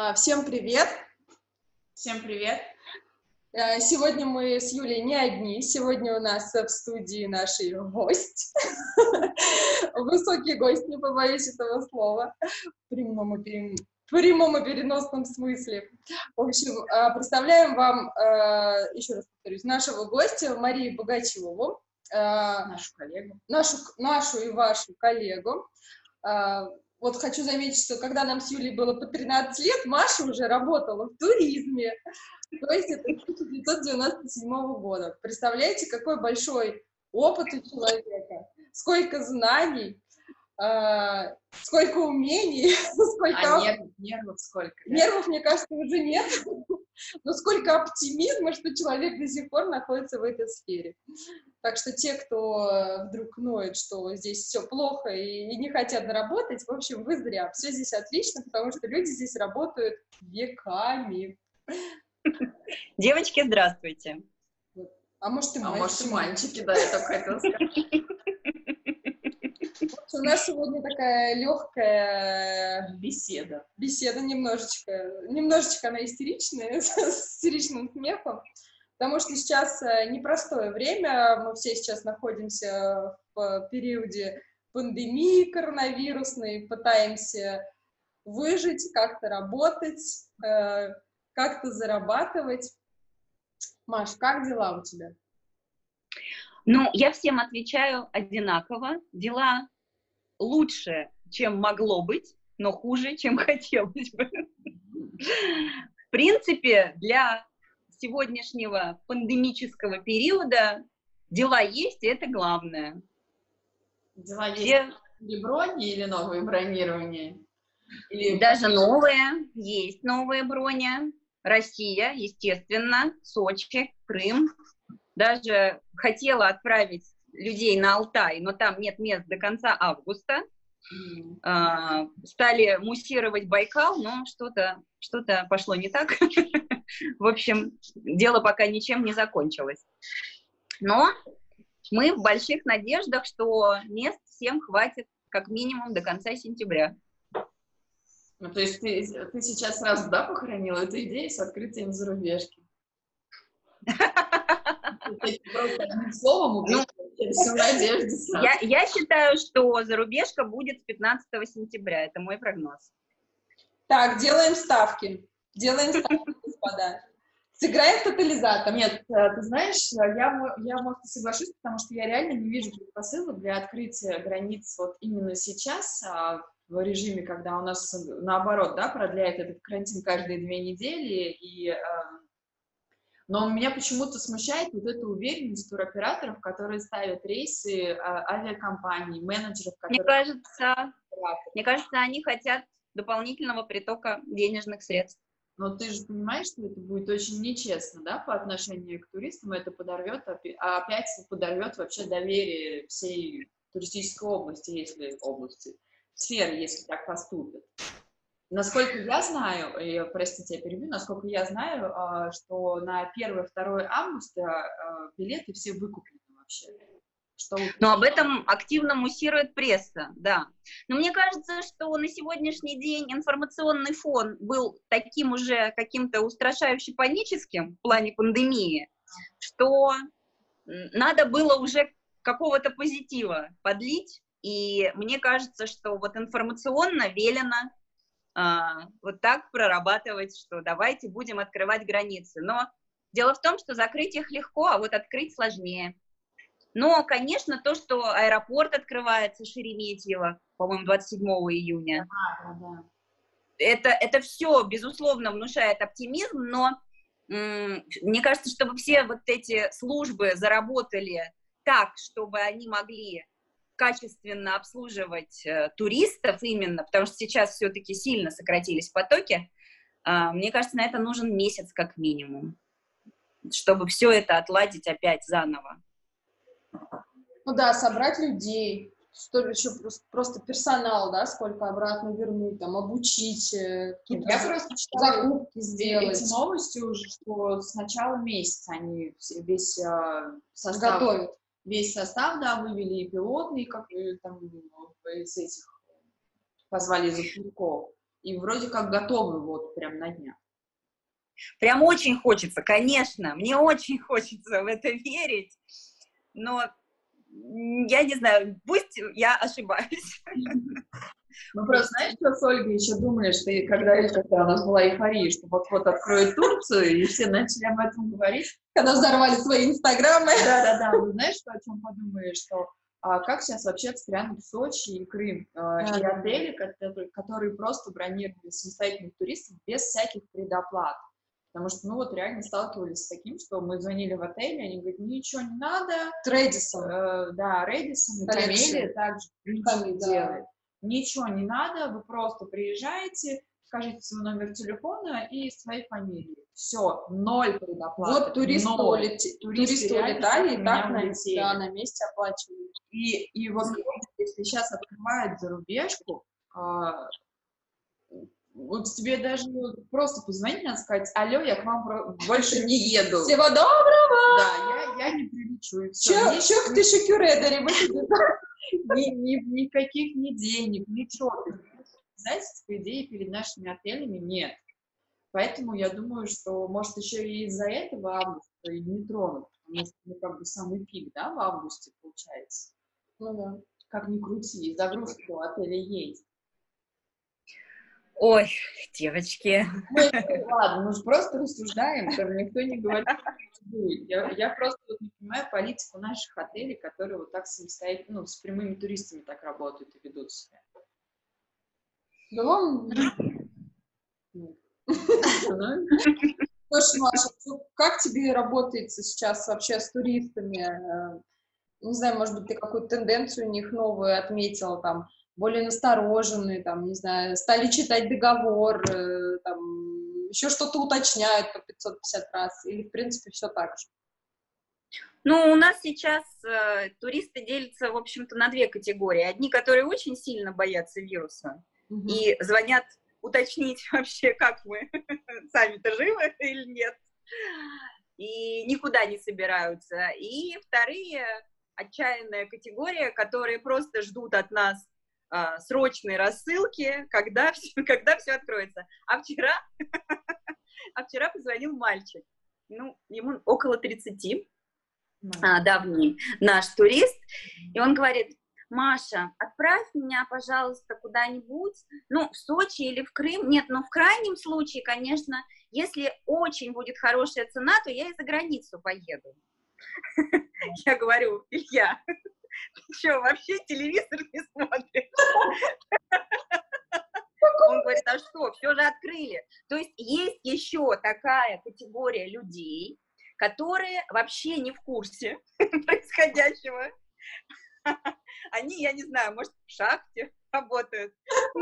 Всем привет! Всем привет! Сегодня мы с Юлей не одни. Сегодня у нас в студии наш гость. Высокий гость, не побоюсь этого слова. В прямом и переносном смысле. В общем, представляем вам, еще раз повторюсь, нашего гостя Марию Богачеву. Нашу коллегу. Нашу и вашу коллегу. Вот хочу заметить, что когда нам с Юлей было по 13 лет, Маша уже работала в туризме. То есть это 1997 года. Представляете, какой большой опыт у человека, сколько знаний, сколько умений, сколько... нервов сколько? Да? Нервов, мне кажется, уже нет, но сколько оптимизма, что человек до сих пор находится в этой сфере. Так что те, кто вдруг ноет, что здесь все плохо и не хотят работать, в общем, вы зря. Все здесь отлично, потому что люди здесь работают веками. Девочки, здравствуйте. А может и мальчики. Может и мальчики, да, я только хотела сказать. У нас сегодня такая легкая беседа. Беседа немножечко она истеричная, с истеричным смехом, потому что сейчас непростое время, мы все сейчас находимся в периоде пандемии коронавирусной, пытаемся выжить, как-то работать, как-то зарабатывать. Маш, как дела у тебя? Ну, я всем отвечаю одинаково. Дела лучше, чем могло быть, но хуже, чем хотелось бы. В принципе, для сегодняшнего пандемического периода дела есть, и это главное. Дела есть или брони, или новые бронирования? Или... Даже новые, есть новые брони. Россия, естественно, Сочи, Крым. Даже хотела отправить людей на Алтай, но там нет мест до конца августа. Стали муссировать Байкал, но что-то пошло не так. В общем, дело пока ничем не закончилось. Но мы в больших надеждах, что мест всем хватит как минимум до конца сентября. Ну, то есть ты сейчас сразу, да, похоронила эту идею с открытием зарубежки? Просто одним словом убить всю надежду. Я считаю, что зарубежка будет с 15 сентября. Это мой прогноз. Так, делаем ставки. Господа. Сыграем в тотализатор. Нет, ты знаешь, я может, соглашусь, потому что я реально не вижу предпосылок для открытия границ вот именно сейчас, в режиме, когда у нас, наоборот, да, продляет этот карантин каждые 2 недели, но меня почему-то смущает вот эта уверенность туроператоров, которые ставят рейсы, авиакомпаний, менеджеров, которые... Мне кажется, они хотят дополнительного притока денежных средств. Но ты же понимаешь, что это будет очень нечестно, да, по отношению к туристам, это подорвет, опять подорвет вообще доверие всей туристической области, сферы, если так поступят. Насколько я знаю, простите, я перебью, насколько я знаю, что на 1-2 августа билеты все выкуплены вообще. Но об этом активно муссирует пресса, да. Но мне кажется, что на сегодняшний день информационный фон был таким уже каким-то устрашающе паническим в плане пандемии, что надо было уже какого-то позитива подлить. И мне кажется, что вот информационно велено вот так прорабатывать, что давайте будем открывать границы. Но дело в том, что закрыть их легко, а вот открыть сложнее. Но, конечно, то, что аэропорт открывается, Шереметьево, по-моему, 27 июня, это все, безусловно, внушает оптимизм, но мне кажется, чтобы все вот эти службы заработали так, чтобы они могли качественно обслуживать туристов именно, потому что сейчас все-таки сильно сократились потоки, мне кажется, на это нужен месяц как минимум, чтобы все это отладить опять заново. Ну да, собрать людей, что еще просто персонал, да, сколько обратно вернуть, там, обучить, я просто читала закупки сделать. Эти новости уже, что с начала месяца они весь состав готовят. Весь состав, да, вывели и пилотный, как там из этих, позвали из отпусков. и вроде как готовы вот прям на днях. Прям очень хочется, конечно, мне очень хочется в это верить, но я не знаю, пусть я ошибаюсь. Мы просто, знаешь, что с Ольгой еще думали, что когда у нас была эйфория, что вот-вот откроют Турцию, и все начали об этом говорить. Когда взорвали свои инстаграмы. Да-да-да, вы знаешь, что, о чем подумали, что как сейчас вообще встрянут Сочи и Крым, и отели, которые просто бронировали самостоятельных туристов без всяких предоплат. Потому что, ну, вот реально сталкивались с таким, что мы звонили в отель, они говорят, ничего не надо. Рэдисон. Да, Рэдисон и Камелия также ничего не делает. Ничего не надо, вы просто приезжаете, скажите свой номер телефона и своей фамилии. Все, 0 предоплаты. Вот туристы улетали и так на месте оплачивали. И вот если сейчас открывают зарубежку, вот тебе даже просто позвонить, надо сказать, алло, я к вам больше не еду. Всего доброго! Да, я не прилечу. И все. Чё ты шокюредари? Никаких ни денег, ничего. Обязательств, по идее, перед нашими отелями нет. Поэтому я думаю, что, может, еще и из-за этого августа и не тронут. Потому что, ну, как бы самый пик, да, в августе получается. Ну да. Как ни крути, загрузка у отеля есть. Ой, девочки. Ладно, мы же просто рассуждаем, там никто не говорит, что будет. Я просто вот не понимаю политику наших отелей, которые вот так самостоятельно, ну, с прямыми туристами так работают и ведут себя. Да вам... Слушай, Маша, как тебе работает сейчас вообще с туристами? Не знаю, может быть, ты какую-то тенденцию у них новую отметила, там, более настороженные, там, не знаю, стали читать договор, там, еще что-то уточняют по 550 раз, или, в принципе, все так же? Ну, у нас сейчас туристы делятся, в общем-то, на две категории. Одни, которые очень сильно боятся вируса и звонят уточнить вообще, как мы, сами-то живы или нет, и никуда не собираются. И вторые, отчаянная категория, которые просто ждут от нас срочной рассылки, когда все откроется. А вчера позвонил мальчик, ну, ему около 30, давний наш турист, и он говорит: Маша, отправь меня, пожалуйста, куда-нибудь, ну, в Сочи или в Крым. Нет, ну, в крайнем случае, конечно, если очень будет хорошая цена, то я и за границу поеду. Я говорю: Илья, ты что, вообще телевизор не смотришь? Он говорит: а что, все же открыли. То есть есть еще такая категория людей, которые вообще не в курсе происходящего. Они, я не знаю, может, в шахте работают,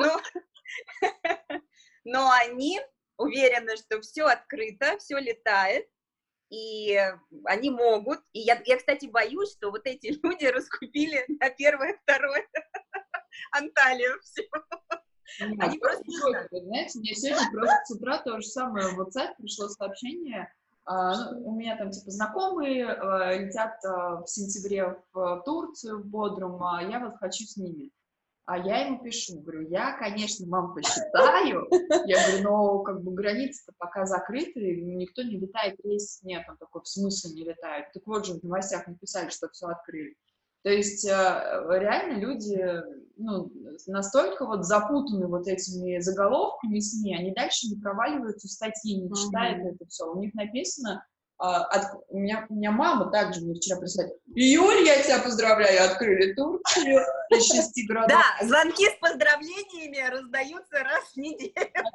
но они уверены, что все открыто, все летает, и они могут. И я, кстати, боюсь, что вот эти люди раскупили на первое, второе Анталию все. Они просто не знают. Знаете, мне сегодня просто с утра то же самое в WhatsApp пришло сообщение. У меня там типа знакомые летят в сентябре в Турцию, в Бодрум, а я вот хочу с ними. А я ему пишу, говорю, я, конечно, вам посчитаю. Я говорю, но как бы границы-то пока закрыты, никто не летает, рейс нет. Он такой, в смысле не летает? Так вот же в новостях написали, что все открыли. То есть реально люди, ну, настолько вот запутаны вот этими заголовками СМИ, они дальше не проваливаются в статьи, не читают это все. У них написано, у меня мама также мне вчера прислала: Юль, я тебя поздравляю, открыли Турцию из 6 городов. Да, звонки с поздравлениями раздаются раз в неделю.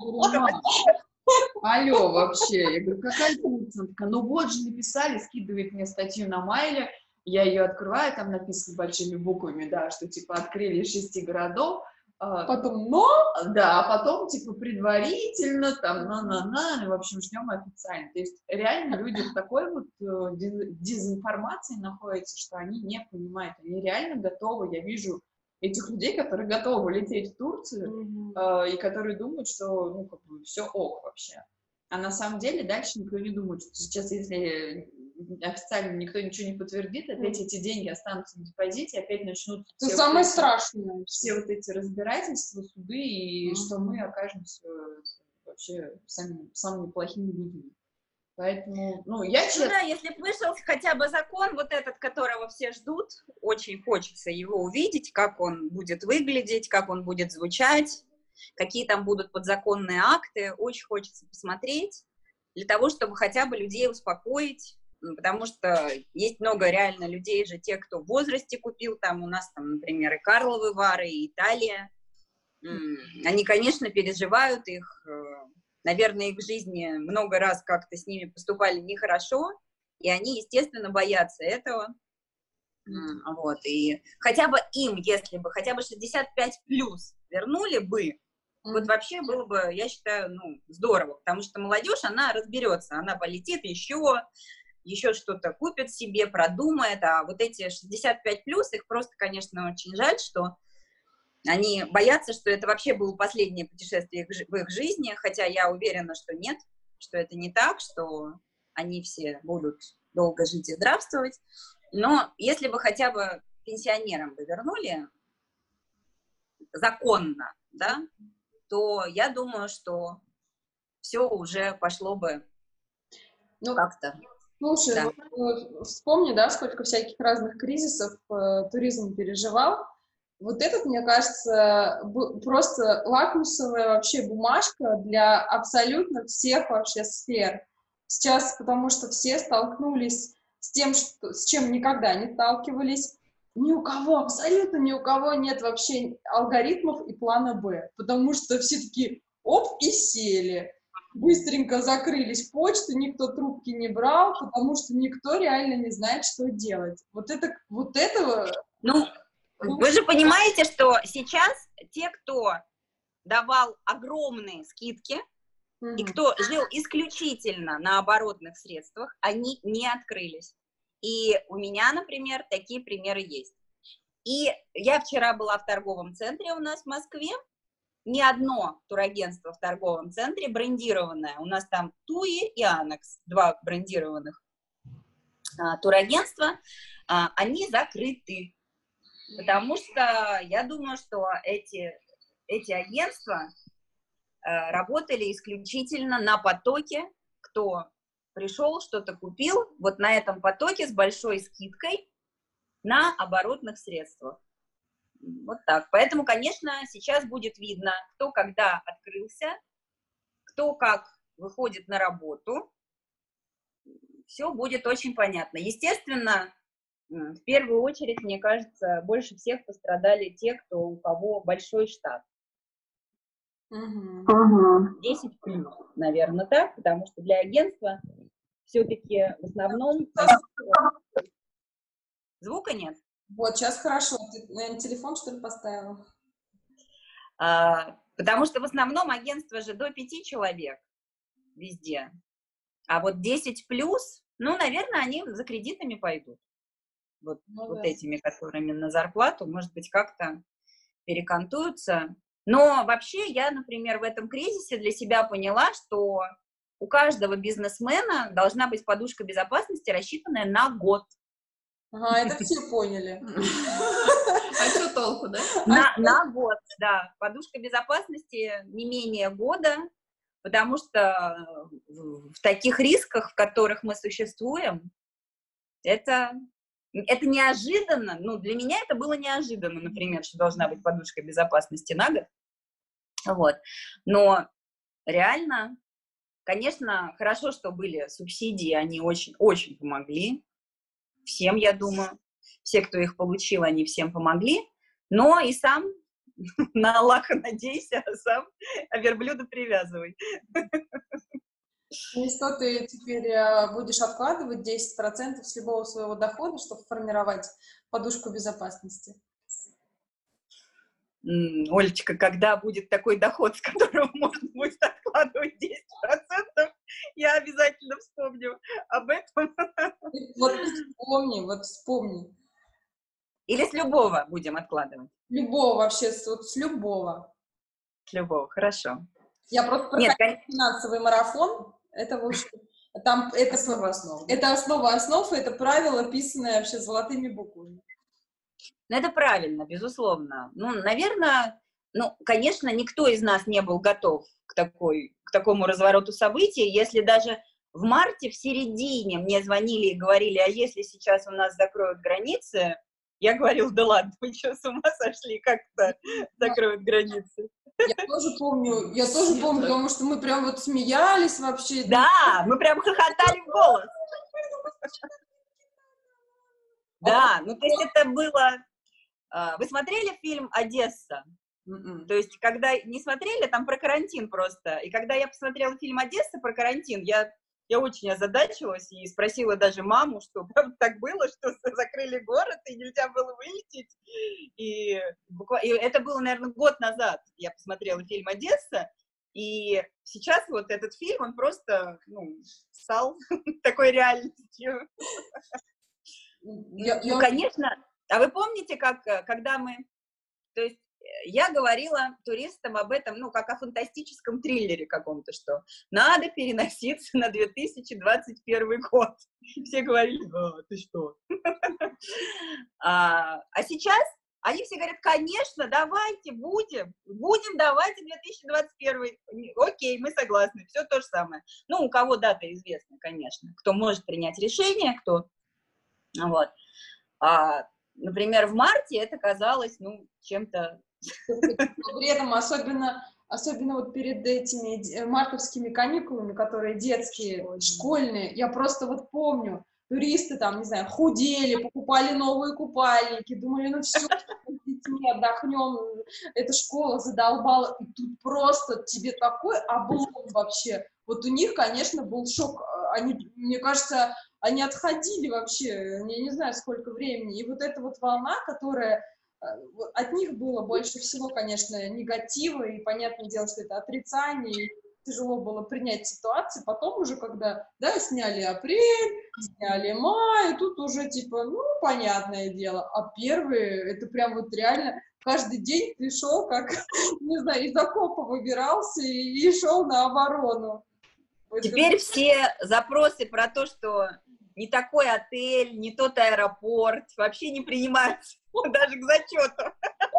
Алло, вообще. Я говорю, какая Турция? Она такая, ну вот же написали, скидывает мне статью на Майле. Я ее открываю, там написано большими буквами, да, что типа открыли из 6 городов. Потом, но? Да, а потом типа предварительно, там, в общем, ждем официально. То есть реально люди в такой вот дезинформации находятся, что они не понимают, они реально готовы. Я вижу этих людей, которые готовы лететь в Турцию, и которые думают, что, ну, как бы, все ок вообще. А на самом деле дальше никто не думает, что сейчас, если официально никто ничего не подтвердит, опять эти деньги останутся в депозите, опять начнут Это самое страшное. все вот эти разбирательства, суды, и что мы окажемся вообще самыми плохими людьми. Поэтому, я Ну честно... да, если б вышел хотя бы закон, вот этот, которого все ждут, очень хочется его увидеть, как он будет выглядеть, как он будет звучать, какие там будут подзаконные акты, очень хочется посмотреть, для того, чтобы хотя бы людей успокоить, потому что есть много реально людей же, те, кто в возрасте купил, там у нас, там, например, и Карловы Вары, и Италия, они, конечно, переживают их. Наверное, их в жизни много раз как-то с ними поступали нехорошо, и они, естественно, боятся этого. Вот. И хотя бы им, если бы хотя бы 65 плюс вернули бы, вот вообще было бы, я считаю, здорово, потому что молодежь, она разберется, она полетит еще что-то купит себе, продумает, а вот эти 65 плюс, их просто, конечно, очень жаль, что они боятся, что это вообще было последнее путешествие в их жизни, хотя я уверена, что нет, что это не так, что они все будут долго жить и здравствовать. Но если бы хотя бы пенсионерам бы вернули законно, да, то я думаю, что все уже пошло бы как-то. Слушай, Да. вспомни, да, сколько всяких разных кризисов туризм переживал. Вот этот, мне кажется, просто лакмусовая вообще бумажка для абсолютно всех вообще сфер. Сейчас, потому что все столкнулись с тем, с чем никогда не сталкивались. Ни у кого, абсолютно ни у кого нет вообще алгоритмов и плана «Б», потому что все такие оп и сели. Быстренько закрылись почты, никто трубки не брал, потому что никто реально не знает, что делать. Вот этого... Вы же понимаете, что сейчас те, кто давал огромные скидки, и кто жил исключительно на оборотных средствах, они не открылись. И у меня, например, такие примеры есть. И я вчера была в торговом центре у нас в Москве, ни одно турагентство в торговом центре брендированное. У нас там Туи и Анекс, два брендированных турагентства, они закрыты. Потому что я думаю, что эти агентства работали исключительно на потоке, кто пришел, что-то купил, вот на этом потоке с большой скидкой на оборотных средствах. Вот так. Поэтому, конечно, сейчас будет видно, кто когда открылся, кто как выходит на работу. Все будет очень понятно. Естественно, в первую очередь, мне кажется, больше всех пострадали те, у кого большой штат. 10 плюс, наверное, так, потому что для агентства все-таки в основном... Звука нет? Вот, сейчас хорошо. Ты, наверное, телефон, что ли, поставила? Потому что в основном агентство же до 5 человек везде. А вот 10 плюс, наверное, они за кредитами пойдут. Вот этими, которыми на зарплату, может быть, как-то перекантуются. Но вообще я, например, в этом кризисе для себя поняла, что у каждого бизнесмена должна быть подушка безопасности, рассчитанная на год. Ага, это все поняли. А что толку, да? На год, да. Подушка безопасности не менее года, потому что в таких рисках, в которых мы существуем, это неожиданно. Для меня это было неожиданно, например, что должна быть подушка безопасности на год. Вот. Но реально, конечно, хорошо, что были субсидии, они очень-очень помогли. Всем, я думаю. Все, кто их получил, они всем помогли. Но и сам на Аллаха надейся, а сам верблюда привязывай. И что ты теперь будешь откладывать 10% с любого своего дохода, чтобы формировать подушку безопасности? Олечка, когда будет такой доход, с которого можно будет откладывать 10%, я обязательно вспомню об этом. Вот вспомни. Или с любого будем откладывать? Любого вообще, вот с любого. С любого, хорошо. Я просто проходила финансовый марафон, это Там Основа основ. это основа основ, и это правило, писанное вообще золотыми буквами. Ну, это правильно, безусловно. Ну, наверное, ну, конечно, никто из нас не был готов к такому развороту событий. Если даже в марте, в середине мне звонили и говорили, а если сейчас у нас закроют границы, я говорила, да ладно, вы что, с ума сошли, как-то закроют границы? Я тоже помню, потому что мы прям вот смеялись вообще. Да, мы прям хохотали в голос. Да, ну то есть это было... Вы смотрели фильм «Одесса»? То есть, когда не смотрели, там про карантин просто. И когда я посмотрела фильм «Одесса» про карантин, я очень озадачилась и спросила даже маму, что правда так было, что закрыли город, и нельзя было вылететь. И это было, наверное, год назад я посмотрела фильм «Одесса», и сейчас вот этот фильм, он просто, стал такой реальностью. Ну, конечно. А вы помните, когда мы... То есть я говорила туристам об этом, как о фантастическом триллере каком-то, что надо переноситься на 2021 год. Все говорили, ты что? А сейчас они все говорят, конечно, давайте, будем давайте 2021. Окей, мы согласны, все то же самое. Ну, у кого дата известна, конечно, кто может принять решение, кто... Вот. Например, в марте это казалось, чем-то... Бредом, особенно вот перед этими мартовскими каникулами, которые детские, школьные, я просто вот помню, туристы там, не знаю, худели, покупали новые купальники, думали, все, с детьми отдохнем, эта школа задолбала, и тут просто тебе такой облом вообще. Вот у них, конечно, был шок, мне кажется, они отходили вообще, я не знаю, сколько времени, и вот эта вот волна, которая... От них было больше всего, конечно, негатива, и понятное дело, что это отрицание, и тяжело было принять ситуацию. Потом уже, когда, сняли апрель, сняли май, тут уже понятное дело. А первые, это прям вот реально каждый день ты шел, как, не знаю, из окопа выбирался и шел на оборону. Теперь все запросы про то, что не такой отель, не тот аэропорт, вообще не принимаются даже к зачету.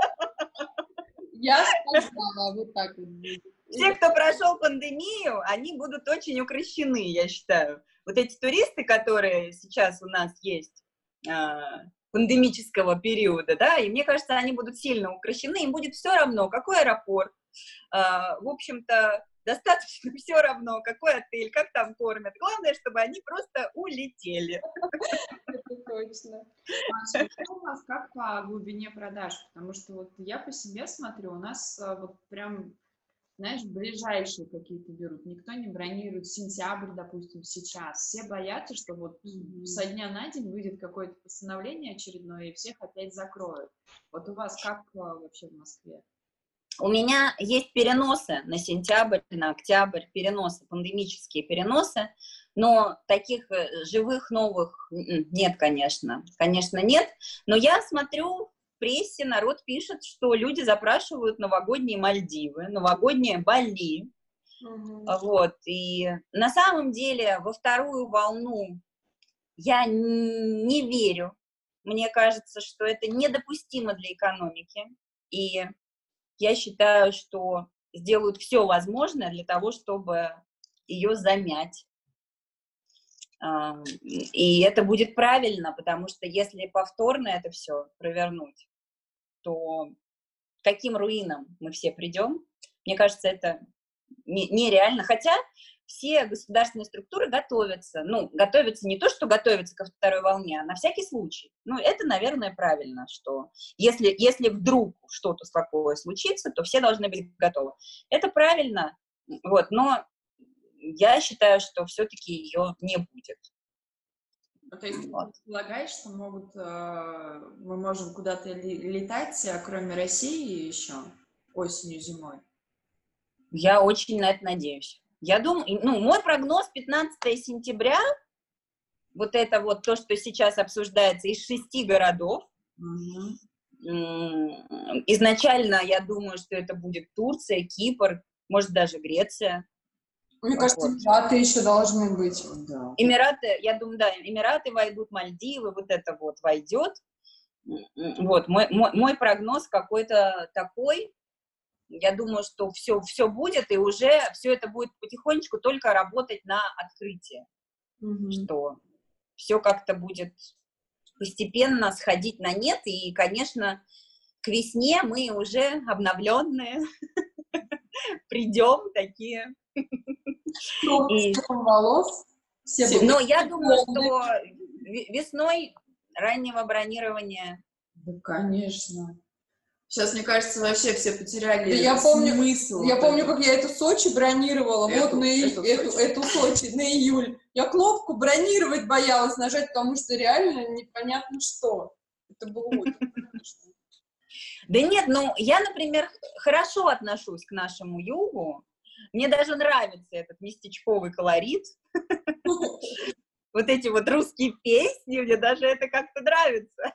Я сказала, вот так вот. Все, кто прошел пандемию, они будут очень укрощены, я считаю. Вот эти туристы, которые сейчас у нас есть, пандемического периода, и мне кажется, они будут сильно укрощены, им будет все равно, какой аэропорт, в общем-то, достаточно все равно, какой отель, как там кормят. Главное, чтобы они просто улетели. Это точно. Маша, что у нас как по глубине продаж? Потому что вот я по себе смотрю, у нас вот прям, знаешь, ближайшие какие-то берут. Никто не бронирует сентябрь, допустим, сейчас. Все боятся, что вот со дня на день выйдет какое-то постановление очередное, и всех опять закроют. Вот у вас как вообще в Москве? У меня есть переносы на сентябрь, на октябрь, пандемические переносы, но таких живых новых нет, конечно. Конечно, нет. Но я смотрю, в прессе народ пишет, что люди запрашивают новогодние Мальдивы, новогодние Бали. Вот. И на самом деле во вторую волну я не верю. Мне кажется, что это недопустимо для экономики. И я считаю, что сделают все возможное для того, чтобы ее замять. И это будет правильно, потому что если повторно это все провернуть, то к каким руинам мы все придем? Мне кажется, это нереально. Хотя все государственные структуры готовятся. Готовятся не то, что готовятся ко второй волне, а на всякий случай. Это, наверное, правильно, что если вдруг что-то такое случится, то все должны быть готовы. Это правильно, но я считаю, что все-таки ее не будет. То есть ты предполагаешь, что мы можем куда-то летать, кроме России еще осенью, зимой? Я очень на это надеюсь. Я думаю, мой прогноз 15 сентября, вот это вот то, что сейчас обсуждается из 6 городов. Изначально я думаю, что это будет Турция, Кипр, может даже Греция. Мне кажется, Вот. Эмираты еще должны быть. Да. Эмираты, я думаю, да, Эмираты войдут, Мальдивы, вот это вот войдет. Вот, мой прогноз какой-то такой. Я думаю, что все будет, и уже все это будет потихонечку только работать на открытие. Что все как-то будет постепенно сходить на нет, и, конечно, к весне мы уже обновленные придем такие. Волос. Но я думаю, что весной раннего бронирования. Да, конечно. Сейчас, мне кажется, вообще все потеряли Да, я помню, смысл. Я помню, как я эту Сочи бронировала, эту Сочи на июль. Я кнопку бронировать боялась нажать, потому что реально непонятно что. Это было очень страшно. Да нет, ну, я, например, хорошо отношусь к нашему югу. Мне даже нравится этот местечковый колорит. Вот эти вот русские песни, мне даже это как-то нравится.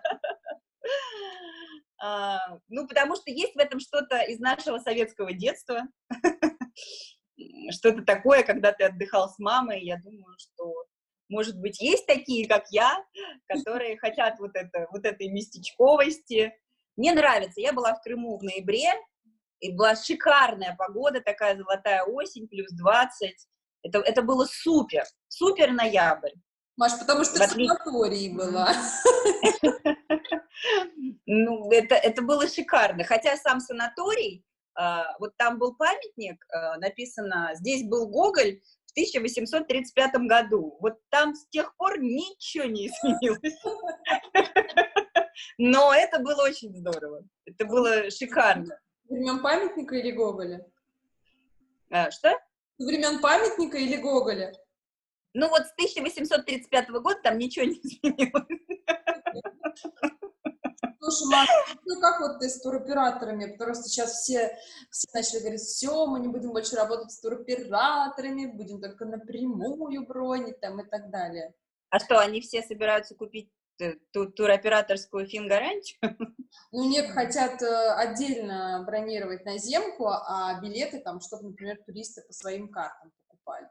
Ну, потому что есть в этом что-то из нашего советского детства. Что-то такое, когда ты отдыхал с мамой. Я думаю, что, может быть, есть такие, как я, которые хотят вот этой местечковости. Мне нравится. Я была в Крыму в ноябре, и была шикарная погода, такая золотая осень, плюс 20. Это было супер, супер ноябрь. Маш, потому что в санатории была. Ну, это было шикарно. Хотя сам санаторий, вот там был памятник, написано, здесь был Гоголь в 1835 году. Вот там с тех пор ничего не изменилось. Но это было очень здорово. Это было шикарно. Со времен памятника или Гоголя? Что? Со времен памятника или Гоголя? Ну вот с 1835 года там ничего не изменилось. Слушай, Маш, ну как вот ты с туроператорами? Потому что сейчас все начали говорить, все, мы не будем больше работать с туроператорами, будем только напрямую бронить там и так далее. А что, они все собираются купить туроператорскую фингарантию? Ну, нет, хотят отдельно бронировать на земку, а билеты там, чтобы, например, туристы по своим картам покупали.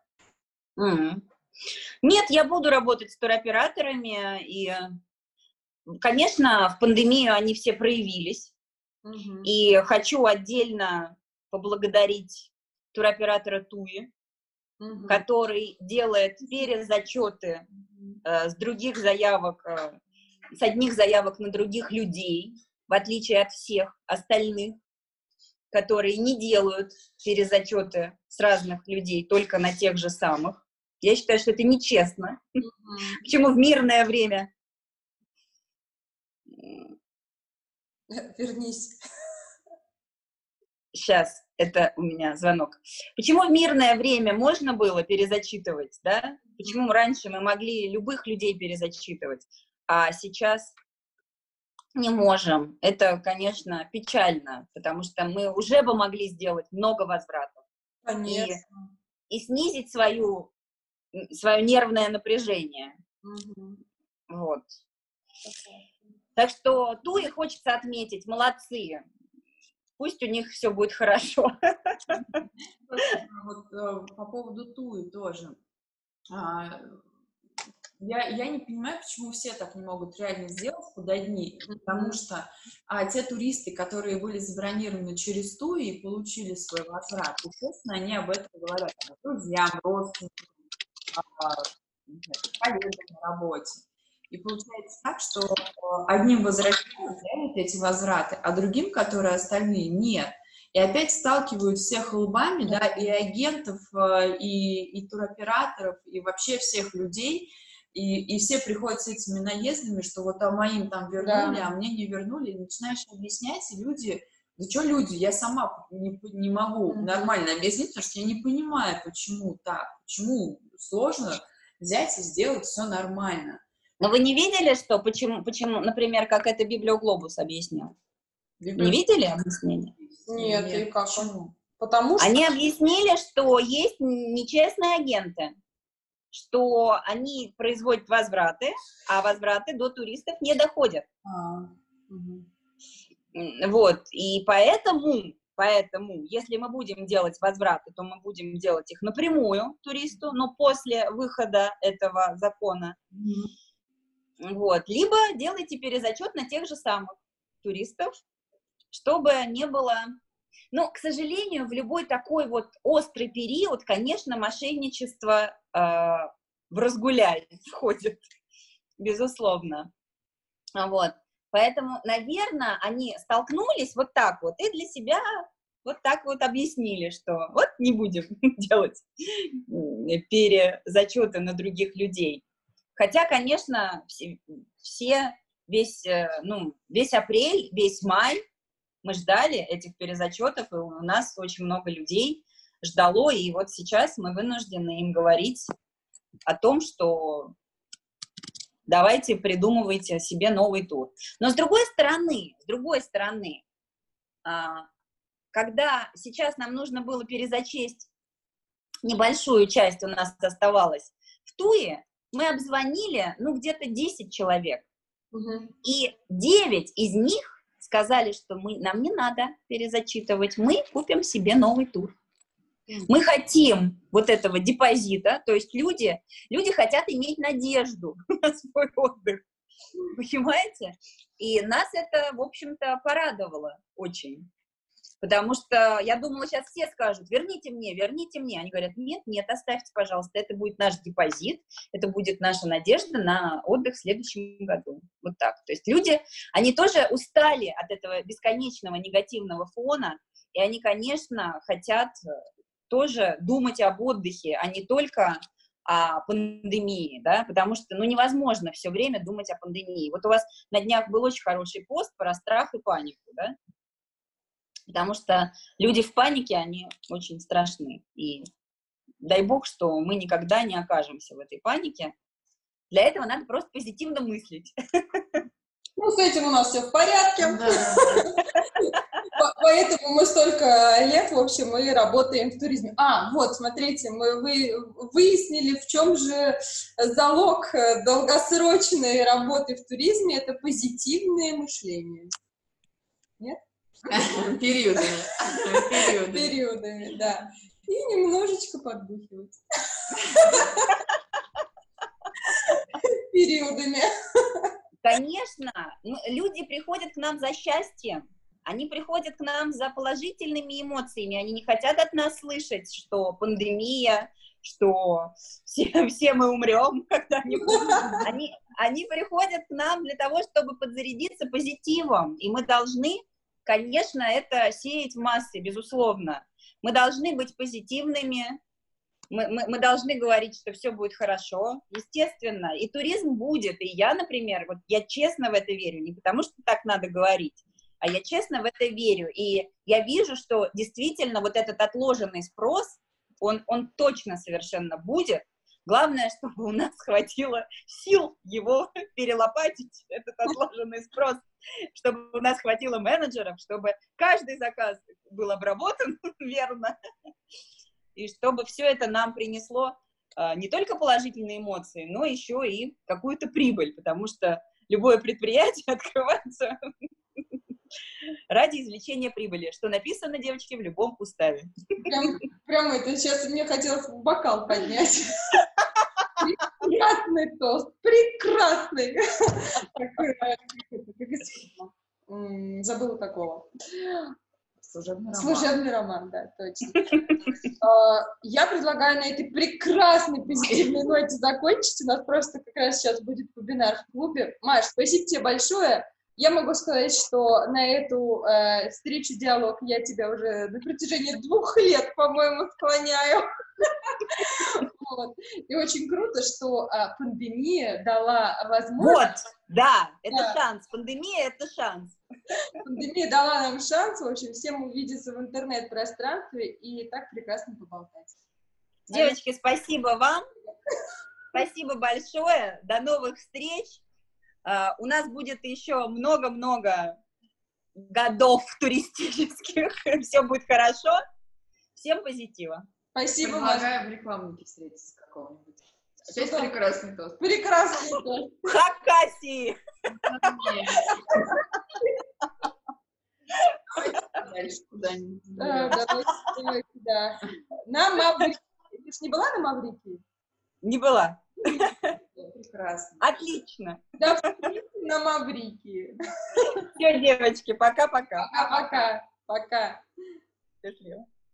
Нет, я буду работать с туроператорами, и, конечно, в пандемию они все проявились, и хочу отдельно поблагодарить туроператора Туи, который делает перезачеты с других заявок, с одних заявок на других людей, в отличие от всех остальных, которые не делают перезачеты с разных людей, только на тех же самых. Я считаю, что это нечестно. Почему в мирное время? Вернись. Сейчас, это у меня звонок. Почему в мирное время можно было перезачитывать, да? Почему раньше мы могли любых людей перезачитывать, а сейчас не можем? Это, конечно, печально, потому что мы уже бы могли сделать много возвратов. Конечно. И снизить свое нервное напряжение. Вот. Так что Туи хочется отметить, молодцы. Пусть у них все будет хорошо. Вот, по поводу Туи тоже. Я не понимаю, почему все так не могут реально сделать под одни, потому что те туристы, которые были забронированы через Туи и получили свой возврат, естественно, они об этом говорят друзьям, родственникам, коллегам на работе. И получается так, что одним возвращают эти возвраты, а другим, которые остальные, нет. И опять сталкивают всех лбами, да, и агентов, и туроператоров, и вообще всех людей, и все приходят с этими наездами, что вот моим там вернули, а мне не вернули, и начинаешь объяснять, и люди, да что люди, я сама не могу нормально объяснить, потому что я не понимаю, почему так, почему сложно взять и сделать все нормально. Но вы не видели, что, почему, например, как это Библиоглобус объяснил? Не видели объяснение? Нет, и как? Почему? Потому что... Они объяснили, что есть нечестные агенты, что они производят возвраты, а возвраты до туристов не доходят. Вот, и поэтому Поэтому, если мы будем делать возвраты, то мы будем делать их напрямую туристу, но после выхода этого закона. Вот. Либо делайте перезачет на тех же самых туристов, чтобы не было... Но, к сожалению, в любой такой вот острый период, конечно, мошенничество в разгуляй входит, безусловно. Вот. Поэтому, наверное, они столкнулись вот так вот и для себя вот так вот объяснили, что вот не будем делать перезачеты на других людей. Хотя, конечно, весь апрель, весь май мы ждали этих перезачетов, и у нас очень много людей ждало, и вот сейчас мы вынуждены им говорить о том, что давайте придумывайте себе новый тур. Но с другой стороны, когда сейчас нам нужно было перезачесть небольшую часть у нас оставалась в туре, мы обзвонили, где-то 10 человек. И 9 из них сказали, что нам не надо перезачитывать, мы купим себе новый тур. Мы хотим вот этого депозита, то есть люди хотят иметь надежду на свой отдых, понимаете? И нас это, в общем-то, порадовало очень. Потому что я думала, сейчас все скажут, верните мне. Они говорят, нет, оставьте, пожалуйста, это будет наш депозит, это будет наша надежда на отдых в следующем году. Вот так. То есть люди, они тоже устали от этого бесконечного негативного фона, и они, конечно, хотят тоже думать об отдыхе, а не только о пандемии, да, потому что, невозможно все время думать о пандемии. Вот у вас на днях был очень хороший пост про страх и панику, да, потому что люди в панике, они очень страшны, и дай бог, что мы никогда не окажемся в этой панике. Для этого надо просто позитивно мыслить. С этим у нас все в порядке. Поэтому мы столько лет, в общем, и работаем в туризме. Вот, смотрите, мы выяснили, в чем же залог долгосрочной работы в туризме. Это позитивное мышление. Нет? Периодами, да. И немножечко подбухивать. Периодами. Конечно, люди приходят к нам за счастьем, они приходят к нам за положительными эмоциями, они не хотят от нас слышать, что пандемия, что все мы умрем когда-нибудь. Они приходят к нам для того, чтобы подзарядиться позитивом, и мы должны, конечно, это сеять в массы, безусловно. Мы должны быть позитивными, мы должны говорить, что все будет хорошо, естественно, и туризм будет, и я, например, я честно в это верю, не потому что так надо говорить, а я честно в это верю, и я вижу, что действительно вот этот отложенный спрос, он точно совершенно будет, главное, чтобы у нас хватило сил его перелопатить, этот отложенный спрос, чтобы у нас хватило менеджеров, чтобы каждый заказ был обработан верно, и чтобы все это нам принесло не только положительные эмоции, но еще и какую-то прибыль, потому что любое предприятие открывается ради извлечения прибыли, что написано, девочки, в любом уставе. Прям это сейчас мне хотелось бокал поднять. Прекрасный тост, прекрасный. Забыла какого. Служебный роман, да, точно. Я предлагаю на этой прекрасной позитивной ноте закончить. У нас просто как раз сейчас будет вебинар в клубе. Маш, спасибо тебе большое. Я могу сказать, что на эту встречу-диалог я тебя уже на протяжении 2 лет, по-моему, склоняю. Вот. И очень круто, что пандемия дала возможность... Вот, да, это шанс. Пандемия — это шанс. Пандемия дала нам шанс, в общем, всем увидеться в интернет-пространстве и так прекрасно поболтать. Девочки, спасибо вам. Спасибо большое. До новых встреч. У нас будет еще много-много годов туристических. Все будет хорошо. Всем позитива. Спасибо, предлагаю в рекламнике встретиться какого-нибудь. Опять прекрасный тост. Прекрасный тост. Хакасии. дальше куда-нибудь. Давайте, да. На Маврикии. Ты ж не была на Маврикии? Не была. Прекрасно. Отлично. Да, на Маврикии. Все, девочки, пока-пока. Пока-пока. Пока. Счастливо.